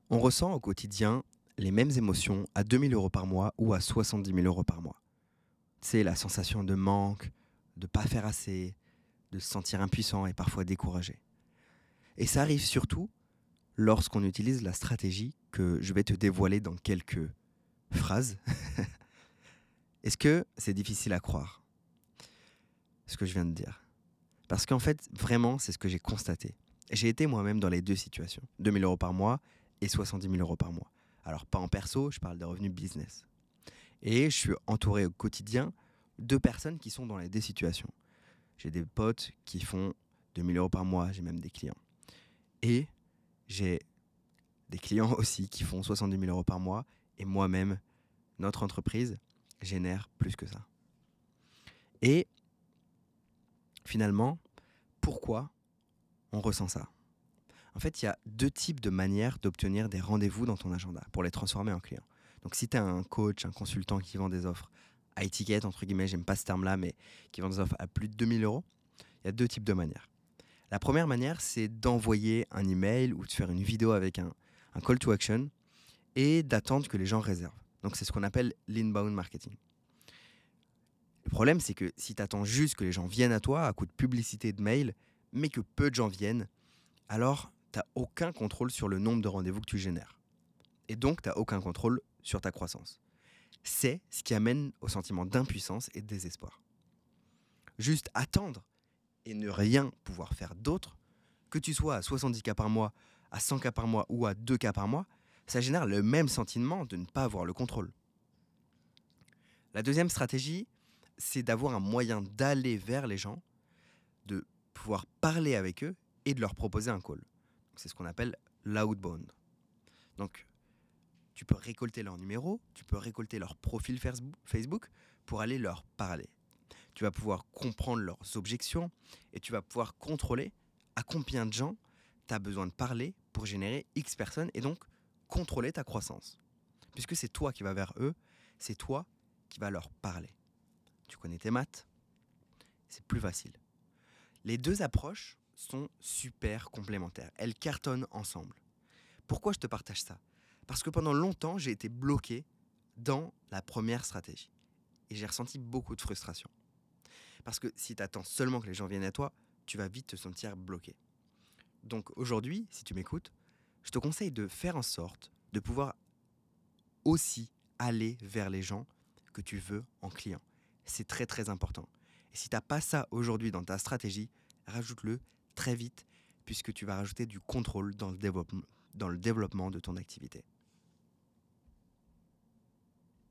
On ressent au quotidien les mêmes émotions à 2 000 € par mois ou à 70 000 € par mois. C'est la sensation de manque, de pas faire assez, de se sentir impuissant et parfois découragé. Et ça arrive surtout lorsqu'on utilise la stratégie que je vais te dévoiler dans quelques phrases. Est-ce que c'est difficile à croire, ce que je viens de dire? Parce qu'en fait, vraiment, c'est ce que j'ai constaté. J'ai été moi-même dans les deux situations, 2 000 € par mois et 70 000 € par mois. Alors pas en perso, je parle de revenus business. Et je suis entouré au quotidien de personnes qui sont dans les deux situations. J'ai des potes qui font 2 000 € par mois, j'ai même des clients. Et j'ai des clients aussi qui font 70 000 € par mois. Et moi-même, notre entreprise génère plus que ça. Et finalement, pourquoi on ressent ça? En fait, il y a deux types de manières d'obtenir des rendez-vous dans ton agenda pour les transformer en clients. Donc, si tu es un coach, un consultant qui vend des offres à étiquette, entre guillemets, j'aime pas ce terme-là, mais qui vend des offres à plus de 2 000 €, il y a deux types de manières. La première manière, c'est d'envoyer un email ou de faire une vidéo avec un call to action et d'attendre que les gens réservent. Donc, c'est ce qu'on appelle l'inbound marketing. Le problème, c'est que si tu attends juste que les gens viennent à toi à coup de publicité de mail, mais que peu de gens viennent, alors tu n'as aucun contrôle sur le nombre de rendez-vous que tu génères. Et donc, tu n'as aucun contrôle sur ta croissance. C'est ce qui amène au sentiment d'impuissance et de désespoir. Juste attendre et ne rien pouvoir faire d'autre, que tu sois à 70 cas par mois, à 100 cas par mois ou à 2 cas par mois, ça génère le même sentiment de ne pas avoir le contrôle. La deuxième stratégie, c'est d'avoir un moyen d'aller vers les gens, de pouvoir parler avec eux et de leur proposer un call. C'est ce qu'on appelle l'outbound. Donc, tu peux récolter leur numéro, tu peux récolter leur profil Facebook pour aller leur parler. Tu vas pouvoir comprendre leurs objections et tu vas pouvoir contrôler à combien de gens tu as besoin de parler pour générer X personnes et donc contrôler ta croissance. Puisque c'est toi qui vas vers eux, c'est toi qui vas leur parler. Tu connais tes maths, c'est plus facile. Les deux approches sont super complémentaires. Elles cartonnent ensemble. Pourquoi je te partage ça? Parce que pendant longtemps, j'ai été bloqué dans la première stratégie. Et j'ai ressenti beaucoup de frustration. Parce que si tu attends seulement que les gens viennent à toi, tu vas vite te sentir bloqué. Donc aujourd'hui, si tu m'écoutes, je te conseille de faire en sorte de pouvoir aussi aller vers les gens que tu veux en client. C'est très très important. Et si tu n'as pas ça aujourd'hui dans ta stratégie, rajoute-le très vite puisque tu vas rajouter du contrôle dans le développement de ton activité.